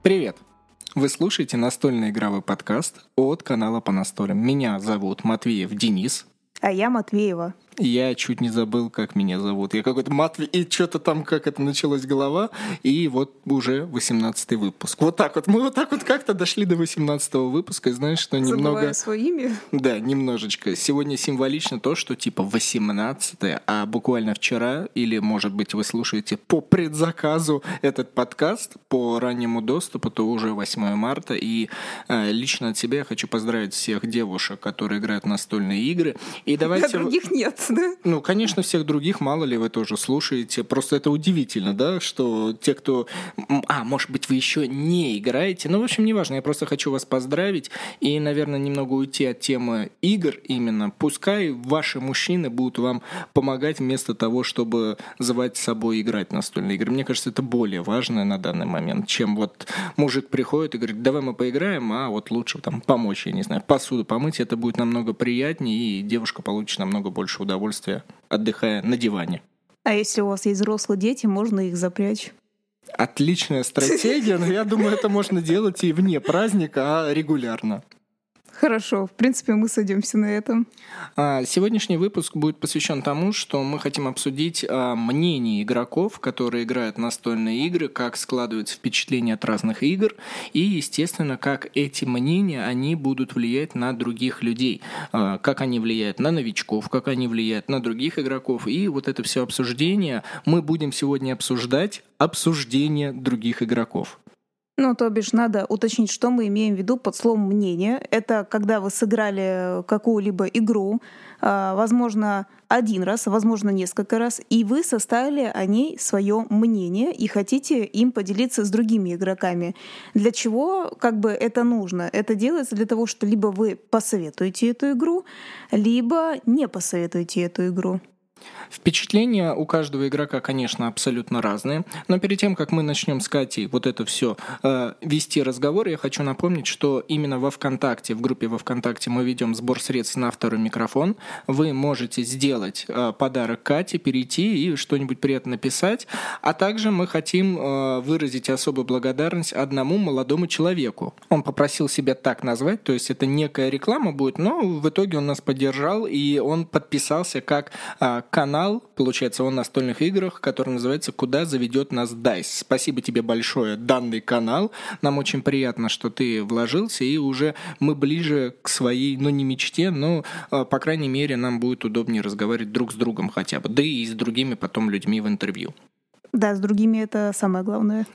Привет! Вы слушаете настольный игровой подкаст от канала по настолям. Меня зовут Матвеев Денис. А я Матвеева. Я чуть не забыл, как меня зовут. Я какой-то Матвей, и что-то там, как это началась голова, и вот уже 18-й выпуск. Вот так вот. Мы вот так вот как-то дошли до 18-го выпуска, и знаешь, что немного... Забываю свое имя. Да, немножечко. Сегодня символично то, что типа 18-е, а буквально вчера, или, может быть, вы слушаете по предзаказу этот подкаст по раннему доступу, то уже 8 марта, и лично от себя я хочу поздравить всех девушек, которые играют в настольные игры. И давайте... А других нет, да? Ну, конечно, всех других, мало ли вы тоже слушаете. Просто это удивительно, да, что те, кто... может быть, вы еще не играете. Ну, в общем, неважно, я просто хочу вас поздравить и, наверное, немного уйти от темы игр именно. Пускай ваши мужчины будут вам помогать вместо того, чтобы звать с собой играть в настольные игры. Мне кажется, это более важно на данный момент, чем вот мужик приходит и говорит, давай мы поиграем, а вот лучше там помочь, я не знаю, посуду помыть. Это будет намного приятнее, и девушка получит намного больше удовольствия, отдыхая на диване. А если у вас есть взрослые дети, можно их запрячь. Отличная стратегия, но я думаю, это можно делать и вне праздника, а регулярно. Хорошо, в принципе, мы сойдемся на этом. Сегодняшний выпуск будет посвящен тому, что мы хотим обсудить мнение игроков, которые играют в настольные игры, как складываются впечатления от разных игр, и, естественно, как эти мнения, они будут влиять на других людей, как они влияют на новичков, как они влияют на других игроков, и вот это все обсуждение мы будем сегодня обсуждать обсуждение других игроков. Ну, то бишь, надо уточнить, что мы имеем в виду под словом «мнение». Это когда вы сыграли какую-либо игру, возможно, один раз, возможно, несколько раз, и вы составили о ней свое мнение и хотите им поделиться с другими игроками. Для чего это нужно? Это делается для того, что либо вы посоветуете эту игру, либо не посоветуете эту игру. Впечатления у каждого игрока, конечно, абсолютно разные, но перед тем, как мы начнем с Катей вот это все вести разговор, я хочу напомнить, что именно во ВКонтакте, в группе во ВКонтакте мы ведем сбор средств на второй микрофон. Вы можете сделать подарок Кате, перейти и что-нибудь приятно написать, а также мы хотим выразить особую благодарность одному молодому человеку. Он попросил себя так назвать, то есть это некая реклама будет, но в итоге он нас поддержал, и он подписался как канал, получается, о настольных играх, который называется «Куда заведет нас Дайс». Спасибо тебе большое, данный канал. Нам очень приятно, что ты вложился, и уже мы ближе к своей, не мечте, но, по крайней мере, нам будет удобнее разговаривать друг с другом хотя бы, да и с другими потом людьми в интервью. Да, с другими это самое главное.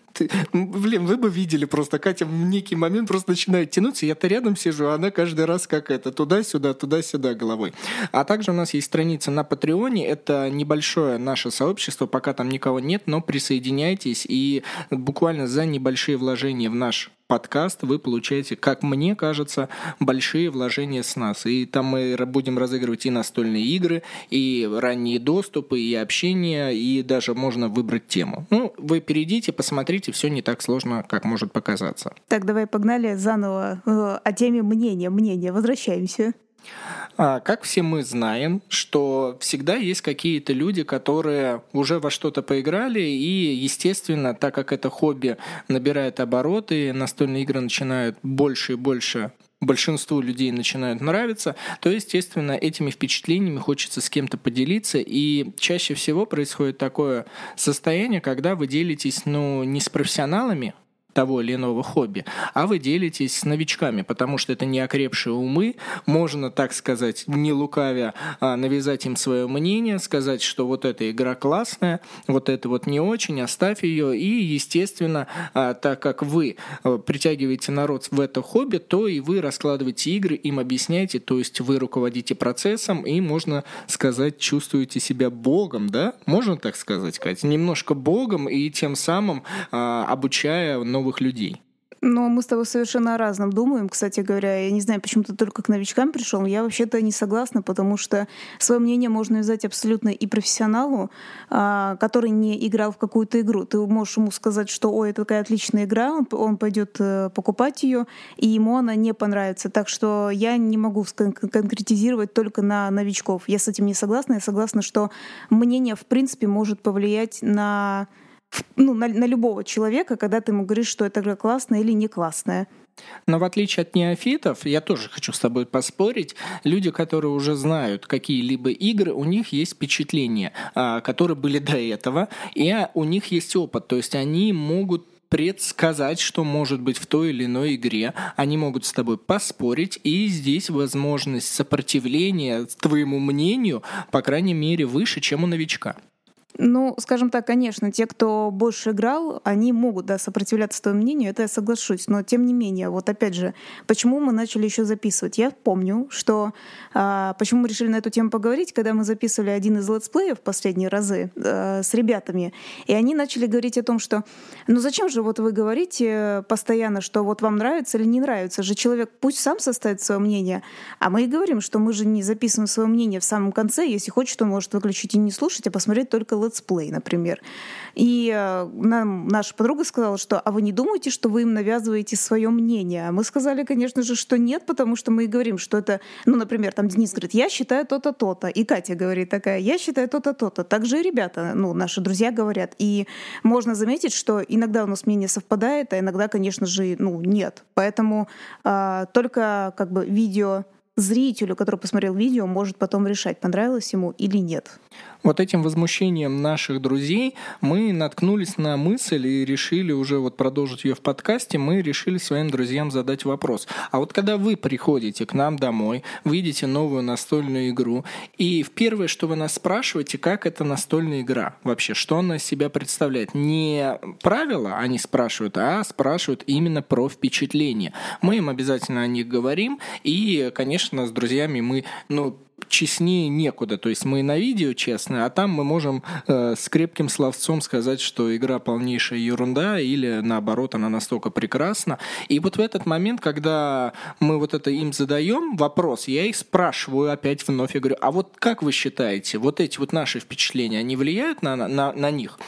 Вы бы видели просто, Катя в некий момент просто начинает тянуться, я-то рядом сижу, а она каждый раз туда-сюда головой. А также у нас есть страница на Патреоне, это небольшое наше сообщество, пока там никого нет, но присоединяйтесь, и буквально за небольшие вложения в наш подкаст вы получаете, как мне кажется, большие вложения с нас. И там мы будем разыгрывать и настольные игры, и ранние доступы, и общение, и даже можно выбрать тему. Вы перейдите, посмотрите, все не так сложно, как может показаться. Так, давай погнали заново о теме мнения. Возвращаемся. Как все мы знаем, что всегда есть какие-то люди, которые уже во что-то поиграли, и, естественно, так как это хобби набирает обороты, настольные игры начинают больше и больше большинству людей начинают нравиться, то, естественно, этими впечатлениями хочется с кем-то поделиться, и чаще всего происходит такое состояние, когда вы делитесь, не с профессионалами того или иного хобби, а вы делитесь с новичками, потому что это неокрепшие умы, можно, так сказать, не лукавя, навязать им свое мнение, сказать, что вот эта игра классная, вот это вот не очень, оставь ее, и, естественно, так как вы притягиваете народ в это хобби, то и вы раскладываете игры, им объясняете, то есть вы руководите процессом, и, можно сказать, чувствуете себя богом, да? Можно так сказать, Катя? Немножко богом, и тем самым обучая новых людей. Но мы с тобой совершенно о разном думаем. Кстати говоря, я не знаю, почему ты только к новичкам пришел. Я вообще-то не согласна, потому что свое мнение можно взять абсолютно и профессионалу, который не играл в какую-то игру. Ты можешь ему сказать, что ой, это такая отличная игра, он пойдет покупать ее, и ему она не понравится. Так что я не могу конкретизировать только на новичков. Я с этим не согласна. Я согласна, что мнение в принципе может повлиять на на любого человека, когда ты ему говоришь, что эта игра классная или не классная. Но в отличие от неофитов, я тоже хочу с тобой поспорить, люди, которые уже знают какие-либо игры, у них есть впечатления, которые были до этого, и у них есть опыт, то есть они могут предсказать, что может быть в той или иной игре. Они могут с тобой поспорить, и здесь возможность сопротивления твоему мнению, по крайней мере, выше, чем у новичка. Ну, скажем так, конечно, те, кто больше играл, они могут, да, сопротивляться твоему мнению, это я соглашусь. Но тем не менее, вот опять же, почему мы начали еще записывать? Я помню, что почему мы решили на эту тему поговорить, когда мы записывали один из летсплеев в последние разы с ребятами, и они начали говорить о том, что ну зачем же вот вы говорите постоянно, что вот вам нравится или не нравится, же человек пусть сам составит свое мнение, а мы и говорим, что мы же не записываем свое мнение в самом конце, если хочет, он может выключить и не слушать, а посмотреть только летсплей, например. И нам наша подруга сказала, что «а вы не думаете, что вы им навязываете свое мнение?» А мы сказали, конечно же, что нет, потому что мы и говорим, что это, ну, например, там Денис говорит, я считаю то-то, то-то, и Катя говорит такая, я считаю то-то, то-то. Также и ребята, ну, наши друзья говорят. И можно заметить, что иногда у нас мнение совпадает, а иногда, конечно же, ну, нет. Поэтому только как бы зрителю, который посмотрел видео, может потом решать, понравилось ему или нет. Вот этим возмущением наших друзей мы наткнулись на мысль и решили уже вот продолжить ее в подкасте. Мы решили своим друзьям задать вопрос. А вот когда вы приходите к нам домой, видите новую настольную игру, и первое, что вы нас спрашиваете, как это настольная игра вообще, что она из себя представляет? Не правила они спрашивают, а спрашивают именно про впечатления. Мы им обязательно о них говорим, и, конечно, с друзьями мы, честнее некуда. То есть мы на видео честные, а там мы можем с крепким словцом сказать, что игра полнейшая ерунда или наоборот она настолько прекрасна. И вот в этот момент, когда мы вот это им задаем вопрос, я их спрашиваю опять вновь, я говорю, а вот как вы считаете, вот эти вот наши впечатления, они влияют на них?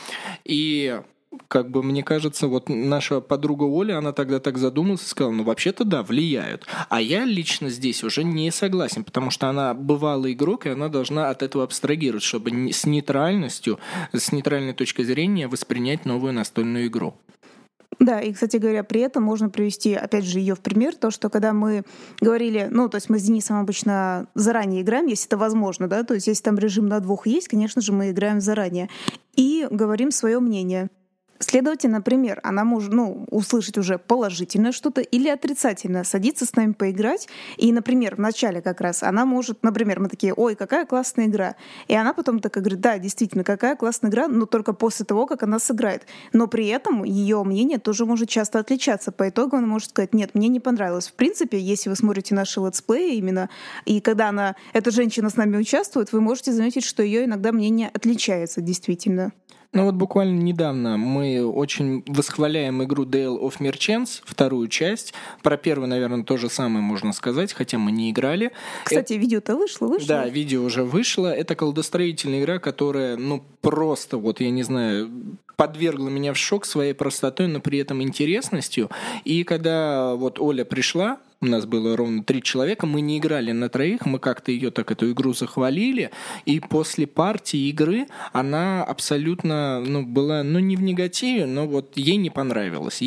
И как бы мне кажется, вот наша подруга Оля, она тогда так задумалась и сказала, вообще-то да, влияют. А я лично здесь уже не согласен, потому что она бывалый игрок, и она должна от этого абстрагировать, чтобы с нейтральностью, с нейтральной точки зрения воспринять новую настольную игру. Да, и, кстати говоря, при этом можно привести, опять же, ее в пример, то, что когда мы говорили, то есть мы с Денисом обычно заранее играем, если это возможно, да, то есть если там режим на 2 есть, конечно же, мы играем заранее и говорим свое мнение. Следовательно, например, она может услышать уже положительное что-то или отрицательное, садиться с нами поиграть. И, например, в начале как раз она может, например, мы такие, ой, какая классная игра. И она потом такая говорит, да, действительно, какая классная игра, но только после того, как она сыграет. Но при этом ее мнение тоже может часто отличаться. По итогу она может сказать, нет, мне не понравилось. В принципе, если вы смотрите наши летсплеи именно, и когда эта женщина с нами участвует, вы можете заметить, что ее иногда мнение отличается действительно. Вот буквально недавно мы очень восхваляем игру Dale of Merchants, вторую часть. Про первую, наверное, то же самое можно сказать, хотя мы не играли. Кстати, видео-то вышло? Да, видео уже вышло. Это колодостроительная игра, которая, просто, я не знаю, подвергла меня в шок своей простотой, но при этом интересностью. И когда Оля пришла, у нас было ровно 3 человека, мы не играли на 3, мы как-то эту игру захвалили, и после партии игры она абсолютно, была, не в негативе, но ей не понравилось.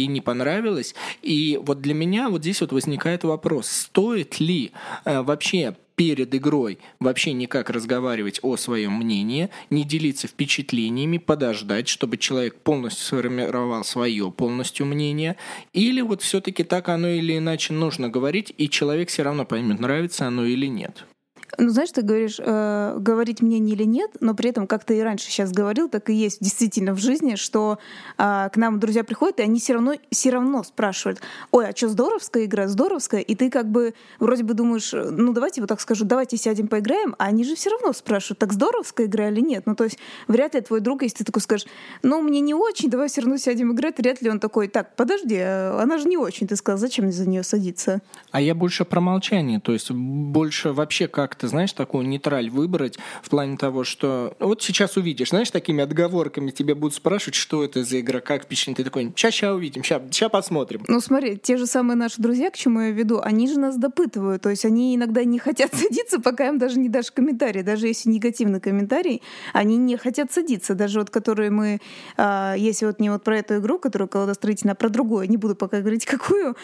И для меня здесь возникает вопрос, стоит ли вообще перед игрой вообще никак разговаривать о своем мнении, не делиться впечатлениями, подождать, чтобы человек полностью сформировал свое полностью мнение, или все-таки так оно или иначе нужно говорить, и человек все равно поймет, нравится оно или нет. Знаешь, ты говоришь, говорить мнение или нет, но при этом, как ты и раньше сейчас говорил, так и есть действительно в жизни, что к нам друзья приходят, и они все равно спрашивают, ой, а что, здоровская игра, здоровская? И ты вроде бы думаешь, давайте так скажу, давайте сядем поиграем, а они же все равно спрашивают, так здоровская игра или нет? То есть вряд ли твой друг, если ты такой скажешь, мне не очень, давай все равно сядем играть, вряд ли он такой, так, подожди, она же не очень, ты сказал, зачем мне за нее садиться? А я больше про молчание, то есть больше вообще как-то как-то, знаешь, такую нейтраль выбрать в плане того, что вот сейчас увидишь, знаешь, такими отговорками тебе будут спрашивать, что это за игра, как впечатление. Ты такой, ща увидим, ща посмотрим. Ну смотри, те же самые наши друзья, к чему я веду, они же нас допытывают, то есть они иногда не хотят садиться, пока им даже не дашь комментарий, даже если негативный комментарий, они не хотят садиться, даже вот которые мы, если вот не вот про эту игру, которую колодостроительная, а про другую, не буду пока говорить какую,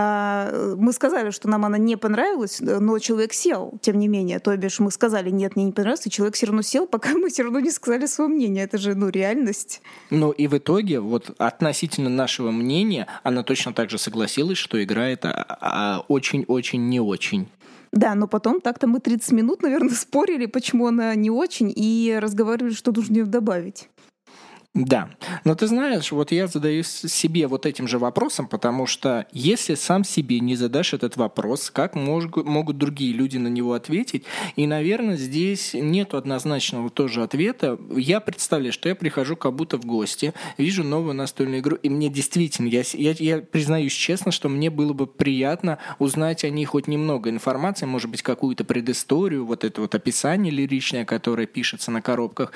мы сказали, что нам она не понравилась, но человек сел, тем не менее, то бишь мы сказали, нет, мне не понравилось, и человек все равно сел, пока мы все равно не сказали свое мнение, это же, реальность. Ну и в итоге, вот относительно нашего мнения, она точно так же согласилась, что игра это очень-очень не очень. Да, но потом так-то мы 30 минут, наверное, спорили, почему она не очень, и разговаривали, что нужно ее добавить. Да, но ты знаешь, вот я задаюсь себе вот этим же вопросом, потому что если сам себе не задашь этот вопрос, как могут другие люди на него ответить? И, наверное, здесь нет однозначного тоже ответа. Я представляю, что я прихожу как будто в гости, вижу новую настольную игру, и мне действительно, я признаюсь честно, что мне было бы приятно узнать о ней хоть немного информации, может быть, какую-то предысторию, вот это вот описание лиричное, которое пишется на коробках,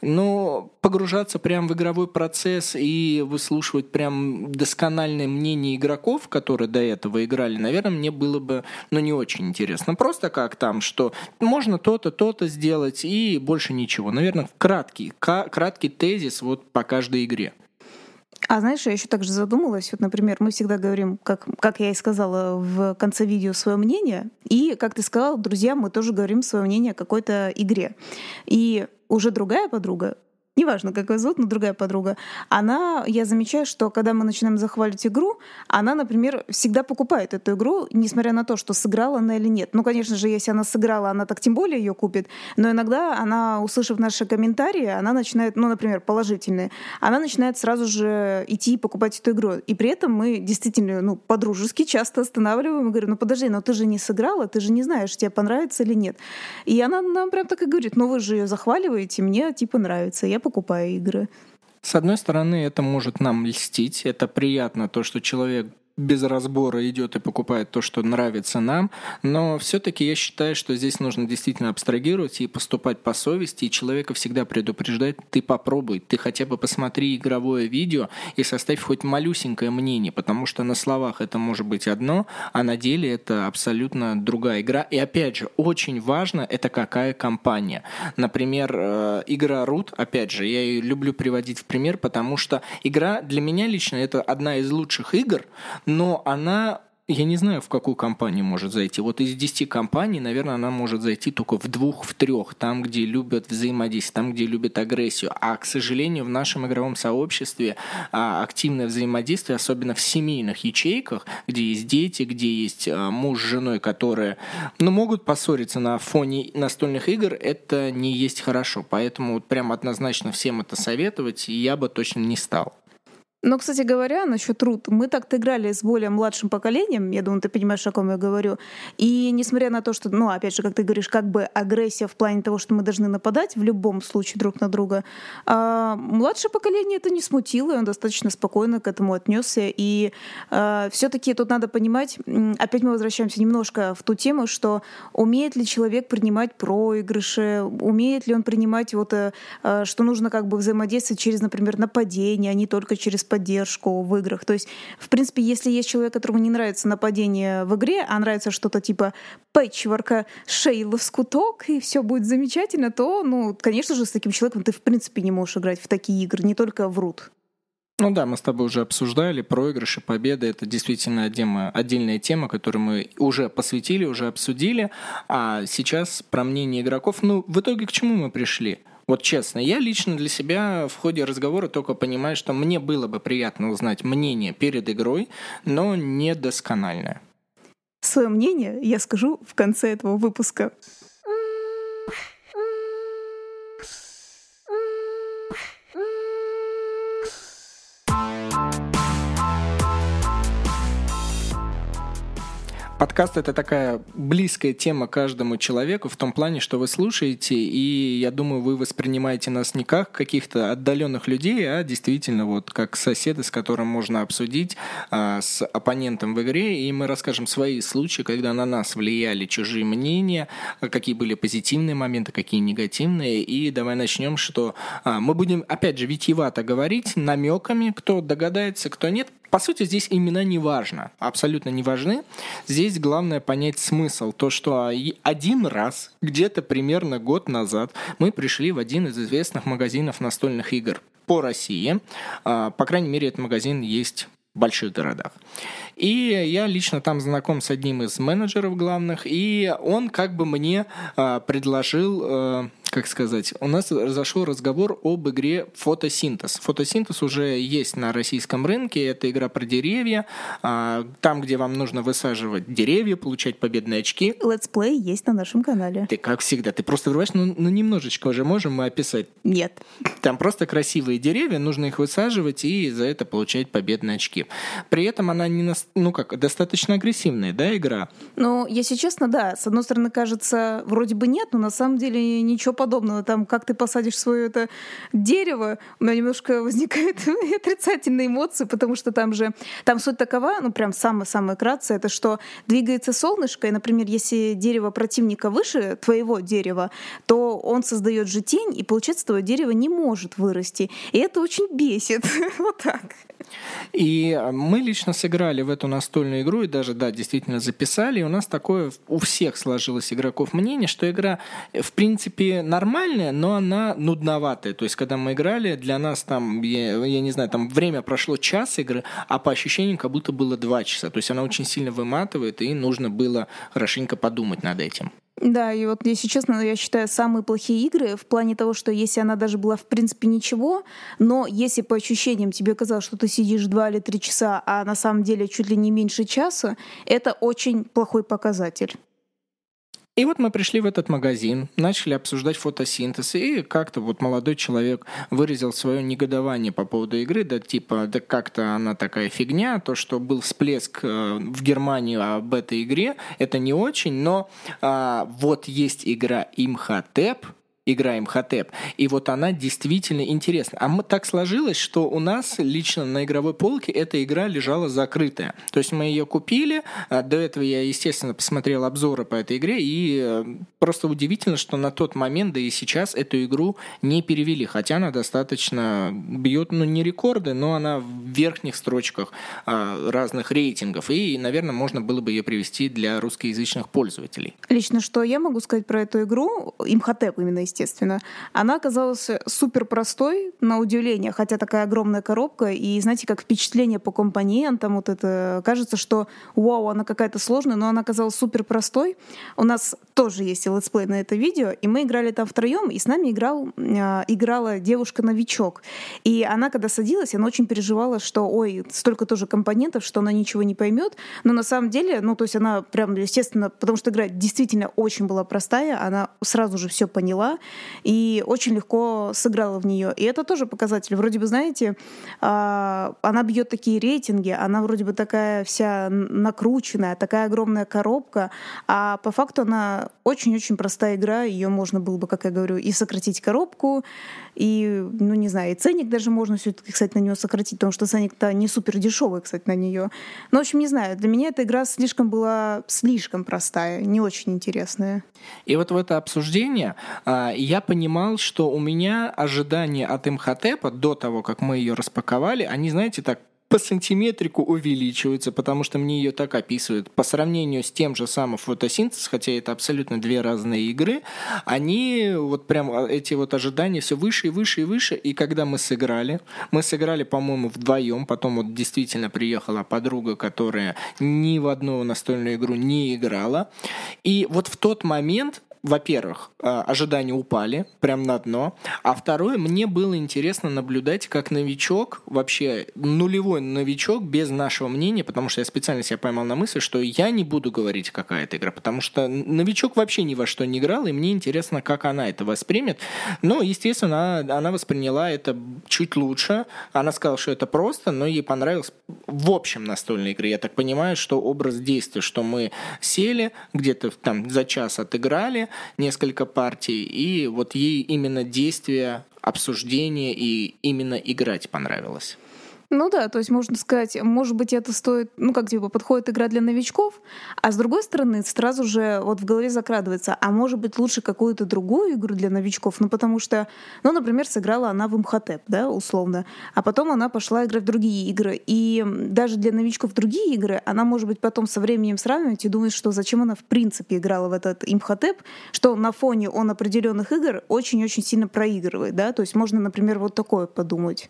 но погружаться прямо в игровой процесс и выслушивать прям доскональное мнение игроков, которые до этого играли, наверное, мне было бы, не очень интересно. Просто как там, что можно то-то, то-то сделать и больше ничего. Наверное, краткий тезис вот по каждой игре. А знаешь, я еще также задумалась, вот, например, мы всегда говорим, как я и сказала в конце видео, свое мнение, и, как ты сказала, друзьям мы тоже говорим свое мнение о какой-то игре. И уже другая подруга, неважно, как ее зовут, но другая подруга, я замечаю, что когда мы начинаем захваливать игру, она, например, всегда покупает эту игру, несмотря на то, что сыграла она или нет. Ну, конечно же, если она сыграла, она так тем более ее купит, но иногда она, услышав наши комментарии, она начинает, например, положительные, она начинает сразу же идти и покупать эту игру. И при этом мы действительно, по-дружески часто останавливаем и говорим, подожди, но ты же не сыграла, ты же не знаешь, тебе понравится или нет. И она нам прям так и говорит, вы же ее захваливаете, мне нравится, я покупаю игры. С одной стороны, это может нам льстить, это приятно, то, что человек без разбора идет и покупает то, что нравится нам, но все-таки я считаю, что здесь нужно действительно абстрагировать и поступать по совести, и человека всегда предупреждать, ты попробуй, ты хотя бы посмотри игровое видео и составь хоть малюсенькое мнение, потому что на словах это может быть одно, а на деле это абсолютно другая игра. И опять же, очень важно, это какая компания. Например, игра Root, опять же, я ее люблю приводить в пример, потому что игра для меня лично это одна из лучших игр, но она, я не знаю, в какую компанию может зайти. Вот из 10 компаний, наверное, она может зайти только в 2, в 3, там, где любят взаимодействие, там, где любят агрессию. А, к сожалению, в нашем игровом сообществе активное взаимодействие, особенно в семейных ячейках, где есть дети, где есть муж с женой, которые могут поссориться на фоне настольных игр, это не есть хорошо. Поэтому вот прям однозначно всем это советовать я бы точно не стал. Но, кстати говоря, насчет Root, мы так-то играли с более младшим поколением, я думаю, ты понимаешь, о ком я говорю, и несмотря на то, что, опять же, как ты говоришь, как бы агрессия в плане того, что мы должны нападать в любом случае друг на друга, младшее поколение это не смутило, и он достаточно спокойно к этому отнесся, и все-таки тут надо понимать, опять мы возвращаемся немножко в ту тему, что умеет ли человек принимать проигрыши, умеет ли он принимать что нужно как бы взаимодействовать через, например, нападение, а не только через поддержку в играх. То есть, в принципе, если есть человек, которому не нравится нападение в игре, а нравится что-то типа пэтчворка, шей-лоскуток, и все будет замечательно, то, конечно же, с таким человеком ты, в принципе, не можешь играть в такие игры, не только в Root. Да, мы с тобой уже обсуждали проигрыши, победы. Это действительно отдельная тема, которую мы уже посвятили, уже обсудили. А сейчас про мнение игроков. В итоге к чему мы пришли? Вот честно, я лично для себя в ходе разговора только понимаю, что мне было бы приятно узнать мнение перед игрой, но не доскональное. Свое мнение я скажу в конце этого выпуска. Подкаст — это такая близкая тема каждому человеку в том плане, что вы слушаете, и я думаю, вы воспринимаете нас не как каких-то отдаленных людей, а действительно вот как соседа, с которым можно обсудить с оппонентом в игре, и мы расскажем свои случаи, когда на нас влияли чужие мнения, какие были позитивные моменты, какие негативные, и давай начнем, что мы будем, опять же, витиевато говорить, намеками, кто догадается, кто нет. По сути, здесь имена не важно, абсолютно не важны. Здесь главное понять смысл. То, что один раз, где-то примерно год назад, мы пришли в один из известных магазинов настольных игр по России. По крайней мере, этот магазин есть в больших городах. И я лично там знаком с одним из менеджеров главных, и он как бы мне предложил... Как сказать, у нас зашел разговор об игре «Фотосинтез». «Фотосинтез» уже есть на российском рынке. Это игра про деревья. Там, где вам нужно высаживать деревья, получать победные очки. Летсплей есть на нашем канале. Ты как всегда, ты просто врываешь, немножечко уже можем мы описать. Нет. Там просто красивые деревья, нужно их высаживать и за это получать победные очки. При этом она не достаточно агрессивная, да, игра? Ну, если честно, да. С одной стороны, кажется, вроде бы нет, но на самом деле ничего подобного. Там, как ты посадишь свое это дерево, у меня немножко возникают отрицательные эмоции, потому что там суть такова, ну прям самое-самое кратце, это что двигается солнышко, и, например, если дерево противника выше твоего дерева, то он создает же тень, и получается, твое дерево не может вырасти. И это очень бесит. Вот так. И мы лично сыграли в эту настольную игру и даже, да, действительно записали. И у нас такое у всех сложилось игроков мнение, что игра, в принципе, нормальная, но она нудноватая. То есть, когда мы играли, для нас там, я не знаю, там время прошло час игры, а по ощущениям как будто было 2 часа. То есть, она очень сильно выматывает, и нужно было хорошенько подумать над этим. Да, и вот, если честно, я считаю, самые плохие игры в плане того, что если она даже была в принципе ничего, но если по ощущениям тебе казалось, что ты сидишь 2 или 3 часа, а на самом деле чуть ли не меньше часа, это очень плохой показатель. И вот мы пришли в этот магазин, начали обсуждать фотосинтез, и как-то вот молодой человек выразил свое негодование по поводу игры, да типа, да как-то она такая фигня, то, что был всплеск в Германии об этой игре, это не очень, но вот есть игра Имхотеп, и вот она действительно интересна. А так сложилось, что у нас лично на игровой полке эта игра лежала закрытая. То есть мы ее купили, до этого я, естественно, посмотрел обзоры по этой игре, и просто удивительно, что на тот момент, да и сейчас, эту игру не перевели, хотя она достаточно бьет, не рекорды, но она в верхних строчках разных рейтингов, и, наверное, можно было бы ее привести для русскоязычных пользователей. Лично что я могу сказать про эту игру, Имхотеп именно, естественно, она оказалась супер простой, на удивление, хотя такая огромная коробка, и знаете, как впечатление по компонентам, вот это, кажется, что вау, она какая-то сложная, но она оказалась супер простой. У нас тоже есть летсплей на это видео, и мы играли там втроем, и с нами играла девушка-новичок. И она, когда садилась, она очень переживала, что, ой, столько тоже компонентов, что она ничего не поймет, но на самом деле, то есть она прям, естественно, потому что игра действительно очень была простая, она сразу же все поняла, и очень легко сыграла в нее. И это тоже показатель. Вроде бы, знаете, она бьет такие рейтинги, она вроде бы такая вся накрученная, такая огромная коробка, а по факту она очень-очень простая игра, ее можно было бы, как я говорю, и сократить коробку, и, не знаю, и ценник даже можно все-таки, кстати, на нее сократить, потому что ценник-то не супер дешевый, кстати, на нее. Но, в общем, не знаю, для меня эта игра была слишком простая, не очень интересная. И вот в это обсуждение я понимал, что у меня ожидания от Имхотепа до того, как мы ее распаковали, они, знаете, так по сантиметрику увеличиваются, потому что мне ее так описывают. По сравнению с тем же самым фотосинтез, хотя это абсолютно 2 разные игры, они вот прям эти вот ожидания все выше и выше и выше. И когда мы сыграли, по-моему, вдвоем, потом вот действительно приехала подруга, которая ни в одну настольную игру не играла. И вот в тот момент во-первых, ожидания упали прям на дно, а второе, мне было интересно наблюдать, как новичок, вообще нулевой новичок без нашего мнения, потому что я специально себя поймал на мысли, что я не буду говорить, какая это игра, потому что новичок вообще ни во что не играл, и мне интересно, как она это воспримет. Но, естественно, она восприняла это чуть лучше. Она сказала, что это просто, но ей понравилось в общем настольной игре. Я так понимаю, что образ действия, что мы сели, где-то там за час отыграли несколько партий, и вот ей именно действие, обсуждение и именно играть понравилось. Ну да, то есть можно сказать, может быть, это стоит, подходит игра для новичков, а с другой стороны, сразу же вот в голове закрадывается, а может быть, лучше какую-то другую игру для новичков, потому что, например, сыграла она в МХТ, да, условно, а потом она пошла играть в другие игры, и даже для новичков другие игры, она, может быть, потом со временем сравнивать и думает, что зачем она в принципе играла в этот МХТ, что на фоне он определенных игр очень-очень сильно проигрывает, да, то есть можно, например, вот такое подумать.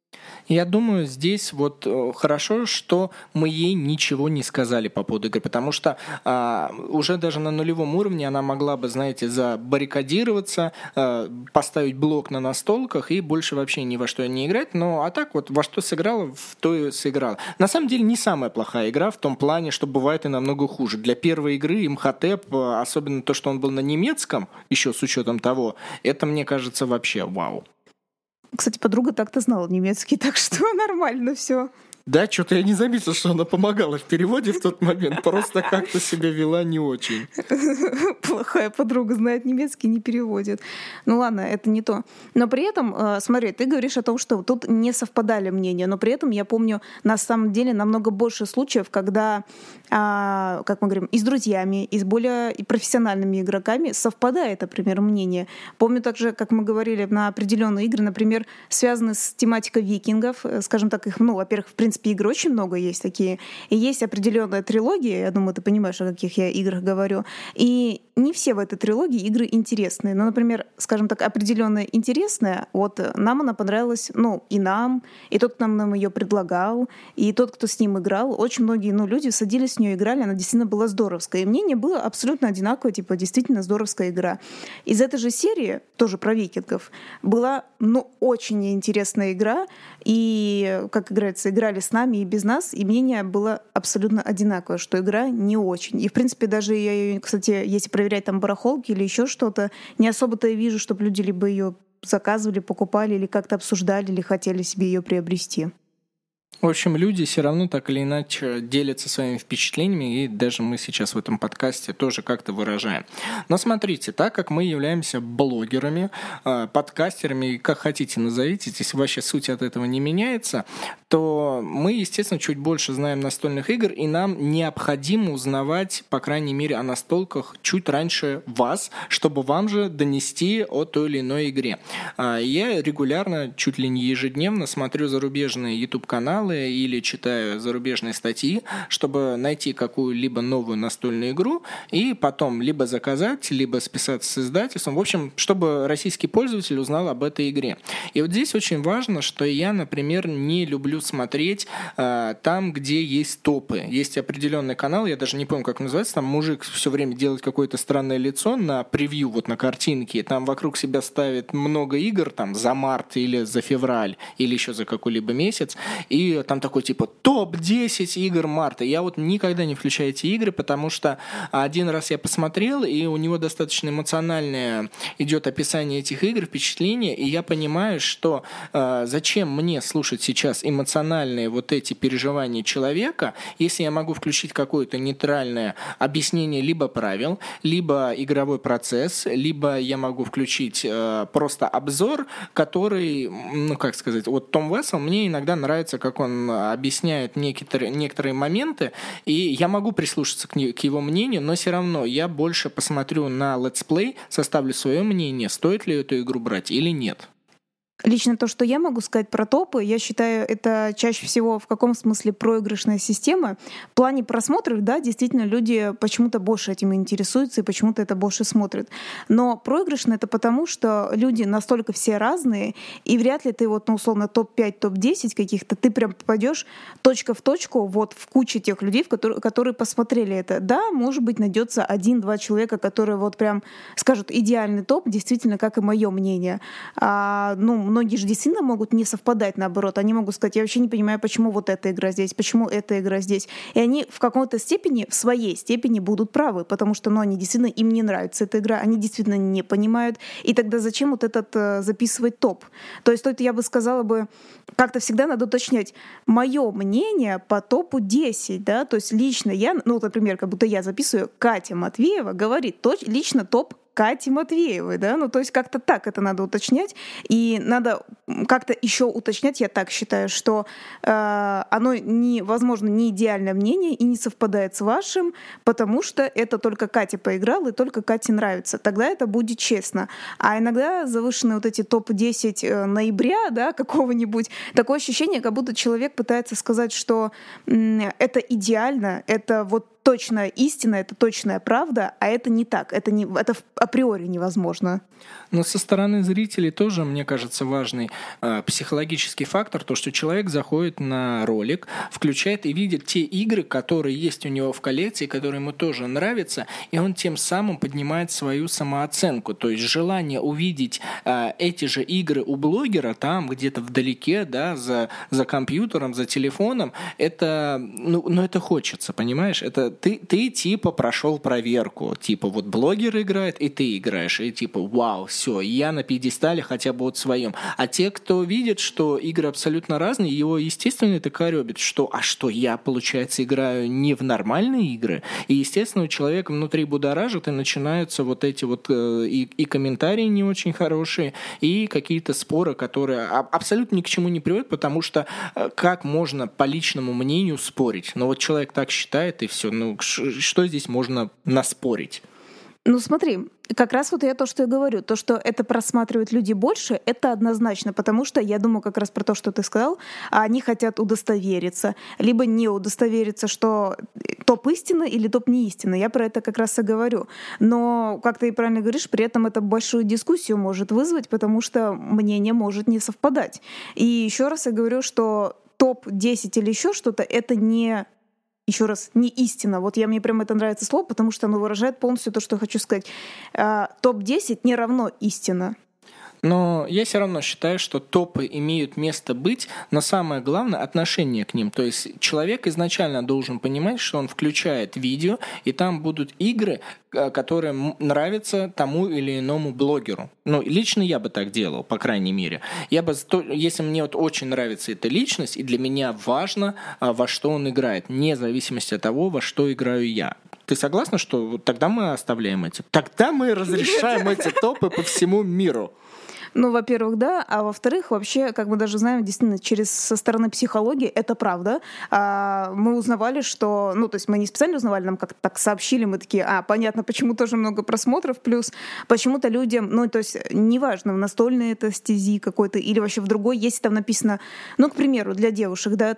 Я думаю, здесь вот хорошо, что мы ей ничего не сказали по поводу игры, потому что уже даже на нулевом уровне она могла бы, знаете, забаррикадироваться, поставить блок на настолках и больше вообще ни во что не играть, а так вот во что сыграла, в то и сыграла. На самом деле не самая плохая игра в том плане, что бывает и намного хуже. Для первой игры МХТ, особенно то, что он был на немецком, еще с учетом того, это, мне кажется, вообще вау. Кстати, подруга так-то знала немецкий, так что нормально все. Да, что-то я не заметил, что она помогала в переводе в тот момент, просто как-то себя вела не очень. Плохая подруга, знает немецкий, не переводит. Ну ладно, это не то. Но при этом, смотри, ты говоришь о том, что тут не совпадали мнения, но при этом я помню на самом деле намного больше случаев, когда, как мы говорим, и с друзьями, и с более профессиональными игроками совпадает, например, мнение. Помню также, как мы говорили, на определенные игры, например, связанные с тематикой викингов, скажем так, их, во-первых, в принципе, игр очень много есть такие. И есть определенная трилогия, я думаю, ты понимаешь, о каких я играх говорю. И не все в этой трилогии игры интересные. Но, например, скажем так, определенная интересная, вот нам она понравилась, и нам, и тот, кто нам ее предлагал, и тот, кто с ним играл. Очень многие люди садились с нее играли, она действительно была здоровская. И мнение было абсолютно одинаковое, действительно здоровская игра. Из этой же серии, тоже про викингов, была, очень интересная игра, и, как говорится, играли с нами и без нас, и мнение было абсолютно одинаковое, что игра не очень. И, в принципе, даже я ее, кстати, если проверять там барахолки или еще что-то, не особо-то я вижу, чтобы люди либо ее заказывали, покупали, или как-то обсуждали, или хотели себе ее приобрести. В общем, люди все равно так или иначе делятся своими впечатлениями, и даже мы сейчас в этом подкасте тоже как-то выражаем. Но смотрите, так как мы являемся блогерами, подкастерами, как хотите назовите, если вообще суть от этого не меняется, то мы, естественно, чуть больше знаем настольных игр, и нам необходимо узнавать, по крайней мере, о настолках чуть раньше вас, чтобы вам же донести о той или иной игре. Я регулярно, чуть ли не ежедневно смотрю зарубежные YouTube-каналы или читаю зарубежные статьи, чтобы найти какую-либо новую настольную игру и потом либо заказать, либо списаться с издательством. В общем, чтобы российский пользователь узнал об этой игре. И вот здесь очень важно, что я, например, не люблю смотреть там, где есть топы. Есть определенный канал, я даже не помню, как называется, там мужик все время делает какое-то странное лицо на превью, вот на картинке, там вокруг себя ставит много игр, там за март или за февраль, или еще за какой-либо месяц, и там такой типа топ-10 игр марта. Я вот никогда не включаю эти игры, потому что один раз я посмотрел, и у него достаточно эмоциональное идет описание этих игр, впечатление, и я понимаю, что зачем мне слушать сейчас эмоциональные вот эти переживания человека, если я могу включить какое-то нейтральное объяснение либо правил, либо игровой процесс, либо я могу включить просто обзор, который, вот Том Вессел, мне иногда нравится, как он объясняет некоторые моменты, и я могу прислушаться к его мнению, но все равно я больше посмотрю на летсплей, составлю свое мнение, стоит ли эту игру брать или нет. Лично то, что я могу сказать про топы, я считаю, это чаще всего в каком смысле проигрышная система. В плане просмотров, да, действительно, люди почему-то больше этим интересуются и почему-то это больше смотрят. Но проигрышно это потому, что люди настолько все разные, и вряд ли ты вот, ну, условно, топ-5, топ-10 каких-то, ты прям попадешь точка в точку вот в кучу тех людей, которые посмотрели это. Да, может быть, найдется 1-2 человека, которые вот прям скажут идеальный топ, действительно, как и мое мнение. Многие же действительно могут не совпадать, наоборот. Они могут сказать, я вообще не понимаю, почему вот эта игра здесь, почему эта игра здесь. И они в какой-то степени, в своей степени будут правы, потому что, они действительно, им не нравится эта игра, они действительно не понимают. И тогда зачем вот этот записывать топ? То есть тут я бы сказала как-то всегда надо уточнять мое мнение по топу 10, да, то есть лично я, например, как будто я записываю, Катя Матвеева говорит, лично топ Кати Матвеевой, да, то есть как-то так это надо уточнять, и надо как-то еще уточнять, я так считаю, что оно, возможно, не идеальное мнение и не совпадает с вашим, потому что это только Катя поиграла и только Кате нравится. Тогда это будет честно. А иногда завышенные вот эти топ-10 ноября, да, какого-нибудь, такое ощущение, как будто человек пытается сказать, что это идеально, это вот точная истина, это точная правда, а это не так, это априори невозможно. Но со стороны зрителей тоже, мне кажется, важный психологический фактор, то, что человек заходит на ролик, включает и видит те игры, которые есть у него в коллекции, которые ему тоже нравятся, и он тем самым поднимает свою самооценку. То есть желание увидеть эти же игры у блогера там, где-то вдалеке, да, за компьютером, за телефоном, это, это хочется, понимаешь? Это ты типа прошел проверку, типа вот блогер играет, и ты играешь, и типа вау, все, я на пьедестале хотя бы вот своем. А те, кто видит, что игры абсолютно разные, его, естественно, это корёбит, что я, получается, играю не в нормальные игры, и, естественно, у человека внутри будоражит, и начинаются вот эти вот и комментарии не очень хорошие, и какие-то споры, которые абсолютно ни к чему не приводят, потому что как можно по личному мнению спорить? Но вот человек так считает, и все. Что здесь можно наспорить? Смотри, как раз вот я то, что я говорю, то, что это просматривают люди больше, это однозначно, потому что я думаю как раз про то, что ты сказал, они хотят удостовериться, либо не удостовериться, что топ истина или топ не истина. Я про это как раз и говорю. Но, как ты и правильно говоришь, при этом это большую дискуссию может вызвать, потому что мнение может не совпадать. И еще раз я говорю, что топ-10 или еще что-то, это не истина. Вот мне прям это нравится слово, потому что оно выражает полностью то, что я хочу сказать. Топ-10 не равно истина. Но я все равно считаю, что топы имеют место быть, но самое главное — отношение к ним. То есть человек изначально должен понимать, что он включает видео, и там будут игры, которые нравятся тому или иному блогеру. Лично я бы так делал, по крайней мере. Если мне очень нравится эта личность, и для меня важно, во что он играет, вне зависимости от того, во что играю я. Ты согласна, что тогда мы оставляем эти? Тогда мы разрешаем эти топы по всему миру. Во-первых, да, а во-вторых, вообще, как мы даже знаем, действительно, со стороны психологии это правда. Мы узнавали, что, то есть мы не специально узнавали, нам как-то так сообщили, мы такие, понятно, почему тоже много просмотров, плюс почему-то людям, то есть неважно, в настольной это стези какой-то или вообще в другой, если там написано, к примеру, для девушек, да,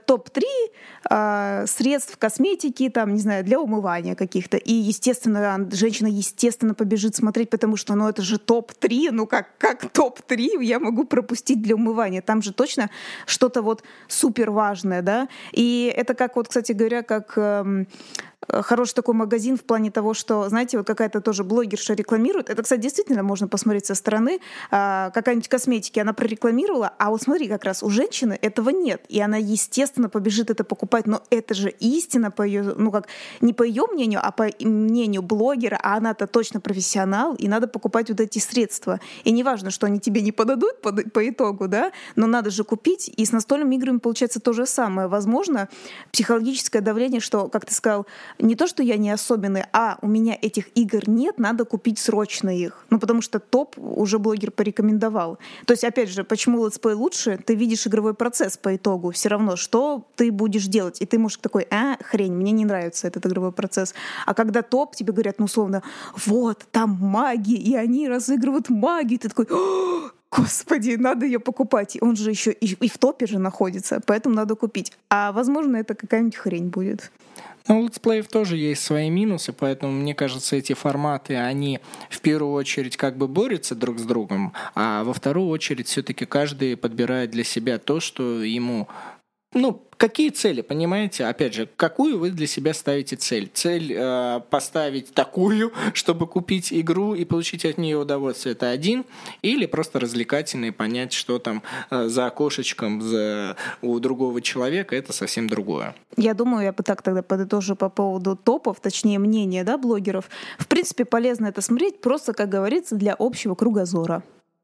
топ-3 средств косметики, там, не знаю, для умывания каких-то, и, естественно, женщина, побежит смотреть, потому что, это же топ-3, как топ-3 я могу пропустить для умывания. Там же точно что-то вот супер важное, да. И это как кстати говоря, как хороший такой магазин в плане того, что, знаете, вот какая-то тоже блогерша рекламирует. Это, кстати, действительно можно посмотреть со стороны. Какая-нибудь косметики она прорекламировала, а вот смотри, как раз у женщины этого нет. И она, естественно, побежит это покупать. Но это же истина по ее, не по ее мнению, а по мнению блогера, а она-то точно профессионал, и надо покупать вот эти средства. И неважно, что они тебе не подадут по итогу, да, но надо же купить. И с настольными играми получается то же самое. Возможно, психологическое давление, что, как ты сказал, не то, что я не особенный, у меня этих игр нет, надо купить срочно их. Потому что топ уже блогер порекомендовал. То есть, опять же, почему летсплей лучше? Ты видишь игровой процесс по итогу. Все равно, что ты будешь делать. И ты можешь такой, хрень, мне не нравится этот игровой процесс. А когда топ, тебе говорят, условно, вот, там маги, и они разыгрывают магию. Ты такой, Господи, надо ее покупать. Он же еще и в топе же находится, поэтому надо купить. А возможно, это какая-нибудь хрень будет. Но у летсплеев тоже есть свои минусы, поэтому, мне кажется, эти форматы, они в первую очередь как бы борются друг с другом, а во вторую очередь все-таки каждый подбирает для себя то, что ему... какие цели, понимаете? Опять же, какую вы для себя ставите цель? Цель поставить такую, чтобы купить игру и получить от нее удовольствие, это один, или просто развлекательный, понять, что там за окошечком у другого человека, это совсем другое. Я думаю, я бы так тогда подытожу по поводу топов, точнее мнения, да, блогеров. В принципе, полезно это смотреть, просто, как говорится, для общего кругозора.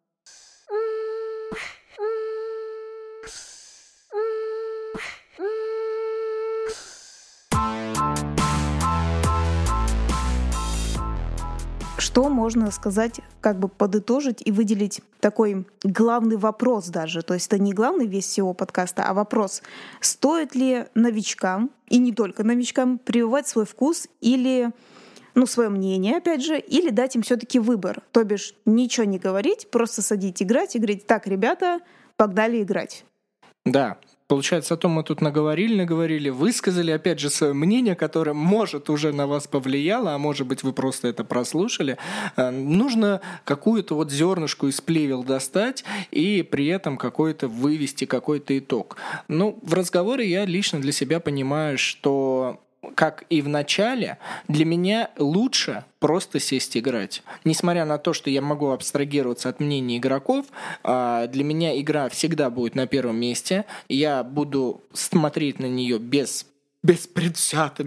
Что можно сказать, как бы подытожить и выделить такой главный вопрос даже? То есть это не главный весь всего подкаста, а вопрос, стоит ли новичкам, и не только новичкам, прививать свой вкус или свое мнение, опять же, или дать им все-таки выбор. То бишь ничего не говорить, просто садить играть и говорить, так, ребята, погнали играть. Да. Получается, о том мы тут наговорили, высказали, опять же, свое мнение, которое, может, уже на вас повлияло, а может быть, вы просто это прослушали. Нужно какую-то вот зернышку из плевел достать и при этом вывести какой-то итог. В разговоре я лично для себя понимаю, что... как и в начале, для меня лучше просто сесть играть. Несмотря на то, что я могу абстрагироваться от мнений игроков, для меня игра всегда будет на первом месте. Я буду смотреть на нее без предвзято,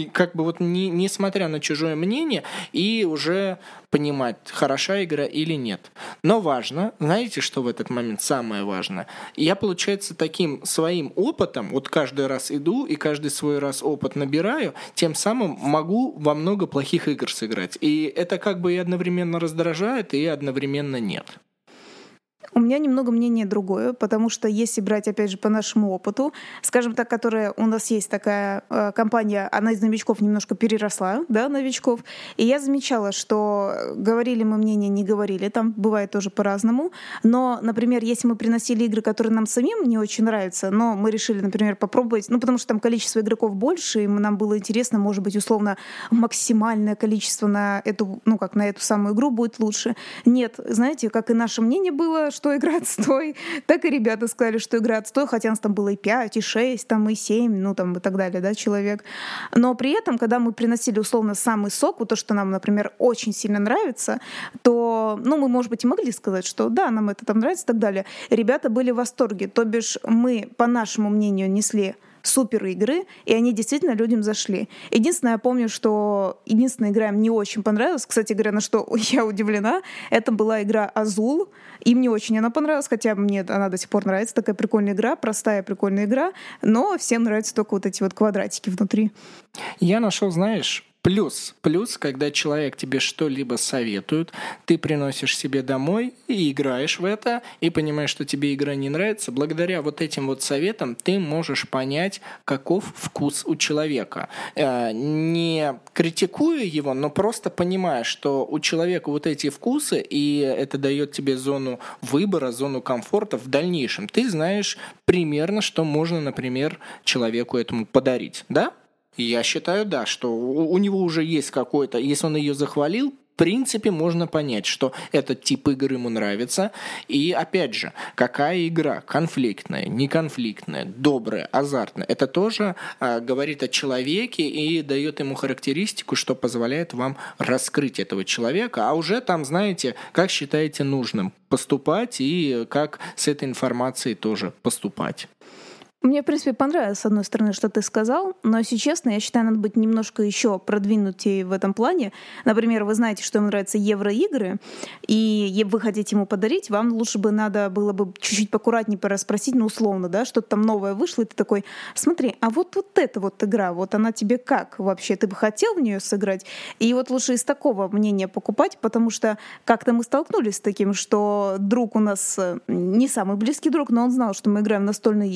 несмотря на чужое мнение, и уже понимать, хороша игра или нет. Но важно, знаете, что в этот момент самое важное? Я, получается, таким своим опытом, вот каждый раз иду и каждый свой раз опыт набираю, тем самым могу во много плохих игр сыграть. И это как бы и одновременно раздражает, и одновременно нет. У меня немного мнение другое, потому что если брать, опять же, по нашему опыту, скажем так, которая у нас есть такая компания, она из новичков немножко переросла, да, новичков, и я замечала, что говорили мы мнение, не говорили, там бывает тоже по-разному, но, например, если мы приносили игры, которые нам самим не очень нравятся, но мы решили, например, попробовать, потому что там количество игроков больше, и нам было интересно, может быть, условно, максимальное количество на эту, на эту самую игру будет лучше. Нет, знаете, как и наше мнение было, что игра отстой, так и ребята сказали, что игра отстой, хотя нас там было и 5, и 6, и 7, и так далее, да, человек. Но при этом, когда мы приносили условно самый сок, вот то, что нам, например, очень сильно нравится, то, мы, может быть, и могли сказать, что да, нам это там нравится и так далее. Ребята были в восторге, то бишь мы, по нашему мнению, несли супер игры, и они действительно людям зашли. Единственное, я помню, что единственная игра мне очень понравилась, кстати говоря, на что я удивлена, это была игра «Азул», и мне очень она понравилась, хотя мне она до сих пор нравится, такая прикольная игра, простая прикольная игра, но всем нравятся только вот эти вот квадратики внутри. Я нашел, знаешь, Плюс, когда человек тебе что-либо советует, ты приносишь себе домой и играешь в это, и понимаешь, что тебе игра не нравится. Благодаря вот этим вот советам ты можешь понять, каков вкус у человека. Не критикуя его, но просто понимая, что у человека вот эти вкусы, и это дает тебе зону выбора, зону комфорта в дальнейшем. Ты знаешь примерно, что можно, например, человеку этому подарить, да? Я считаю, да, что у него уже есть какой-то, если он ее захвалил, в принципе, можно понять, что этот тип игры ему нравится. И, опять же, какая игра? Конфликтная, неконфликтная, добрая, азартная. Это тоже говорит о человеке и дает ему характеристику, что позволяет вам раскрыть этого человека. А уже там, знаете, как считаете нужным поступать и как с этой информацией тоже поступать. Мне, в принципе, понравилось, с одной стороны, что ты сказал, но, если честно, я считаю, надо быть немножко еще продвинутее в этом плане. Например, вы знаете, что ему нравятся евроигры, и вы хотите ему подарить, вам лучше бы надо было бы чуть-чуть поаккуратнее порасспросить, условно, да, что-то там новое вышло, и ты такой, смотри, а вот эта вот игра, вот она тебе как вообще? Ты бы хотел в нее сыграть? И вот лучше из такого мнения покупать, потому что как-то мы столкнулись с таким, что друг у нас не самый близкий друг, но он знал, что мы играем в настольные игры,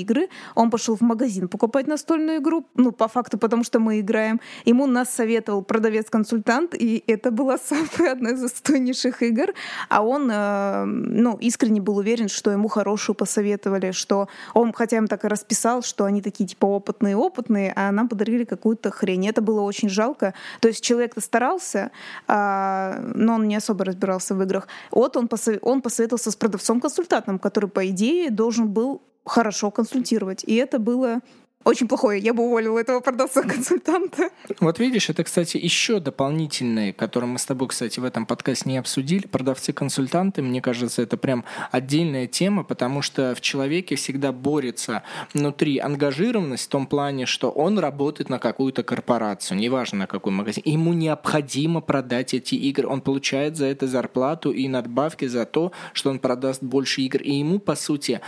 Он пошел в магазин покупать настольную игру, по факту, потому что мы играем. Ему нас советовал продавец-консультант, и это была самая одна из достойнейших игр. А он, искренне был уверен, что ему хорошую посоветовали, что он, хотя им так и расписал, что они такие типа опытные, а нам подарили какую-то хрень. Это было очень жалко. То есть человек-то старался, но он не особо разбирался в играх. Вот он посоветовался с продавцом-консультантом, который, по идее, должен был хорошо консультировать. И это было очень плохое. Я бы уволила этого продавца-консультанта. Вот видишь, это, кстати, еще дополнительные, которые мы с тобой, кстати, в этом подкасте не обсудили. Продавцы-консультанты, мне кажется, это прям отдельная тема, потому что в человеке всегда борется внутри ангажированность в том плане, что он работает на какую-то корпорацию, неважно на какой магазин. Ему необходимо продать эти игры. Он получает за это зарплату и надбавки за то, что он продаст больше игр. И ему, по сути,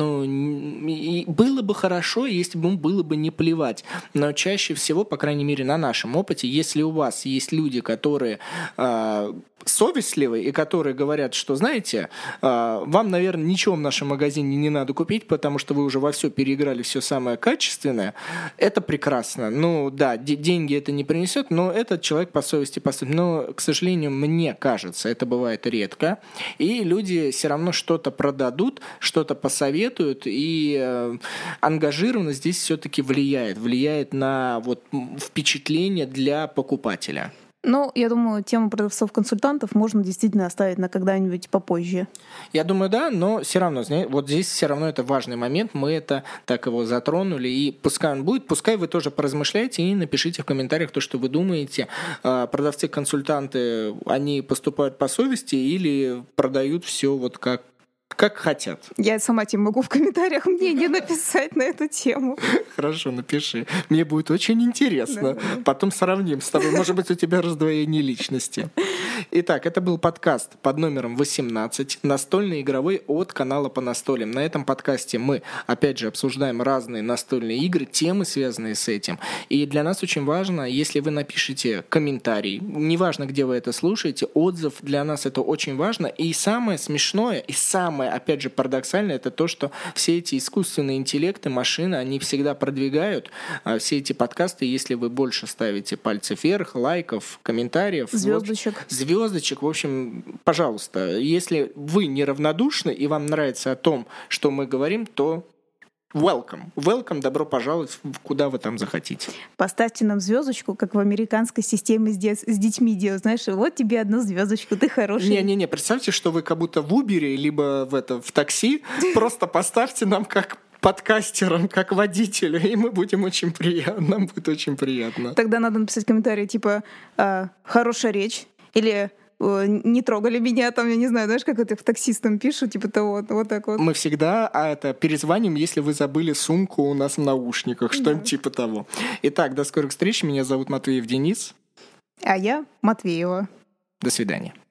было бы хорошо, если бы ему было бы не плевать. Но чаще всего, по крайней мере, на нашем опыте, если у вас есть люди, которые совестливые и которые говорят, что, знаете, вам, наверное, ничего в нашем магазине не надо купить, потому что вы уже во все переиграли, все самое качественное, это прекрасно. Деньги это не принесет, но этот человек по совести поступит. Но, к сожалению, мне кажется, это бывает редко, и люди все равно что-то продадут, что-то посоветуют, и ангажированность здесь все-таки влияет на впечатление для покупателя. Я думаю, тему продавцов-консультантов можно действительно оставить на когда-нибудь попозже. Я думаю, да, но все равно, вот здесь все равно это важный момент, мы это так его затронули, и пускай он будет, пускай вы тоже поразмышляйте и напишите в комментариях то, что вы думаете. Продавцы-консультанты, они поступают по совести или продают все как хотят. Я сама тебе могу в комментариях мнение написать на эту тему. Хорошо, напиши. Мне будет очень интересно. Да. Потом сравним с тобой. Может быть, у тебя раздвоение личности. Итак, это был подкаст под номером 18 «Настольный игровой» от канала «По настолям». На этом подкасте мы, опять же, обсуждаем разные настольные игры, темы, связанные с этим. И для нас очень важно, если вы напишите комментарий, неважно, где вы это слушаете, отзыв, для нас это очень важно. И самое смешное, и самое, опять же, парадоксальное, это то, что все эти искусственные интеллекты, машины, они всегда продвигают все эти подкасты, если вы больше ставите пальцы вверх, лайков, комментариев. Звездочек, в общем, пожалуйста, если вы неравнодушны и вам нравится о том, что мы говорим, то welcome, добро пожаловать, куда вы там захотите. Поставьте нам звездочку, как в американской системе с детьми делают. Знаешь, вот тебе одну звездочку, ты хороший. Не, представьте, что вы как будто в Uber либо в такси, просто поставьте нам как подкастерам, как водителю, и мы будем очень приятно, нам будет очень приятно. Тогда надо написать комментарий типа «хорошая речь» или «не трогали меня», там, я не знаю, знаешь, как это в таксистам пишут, типа того, вот так вот. Мы всегда перезвоним, если вы забыли сумку у нас в наушниках, что-нибудь типа того. Итак, до скорых встреч, меня зовут Матвеев Денис. А я Матвеева. До свидания.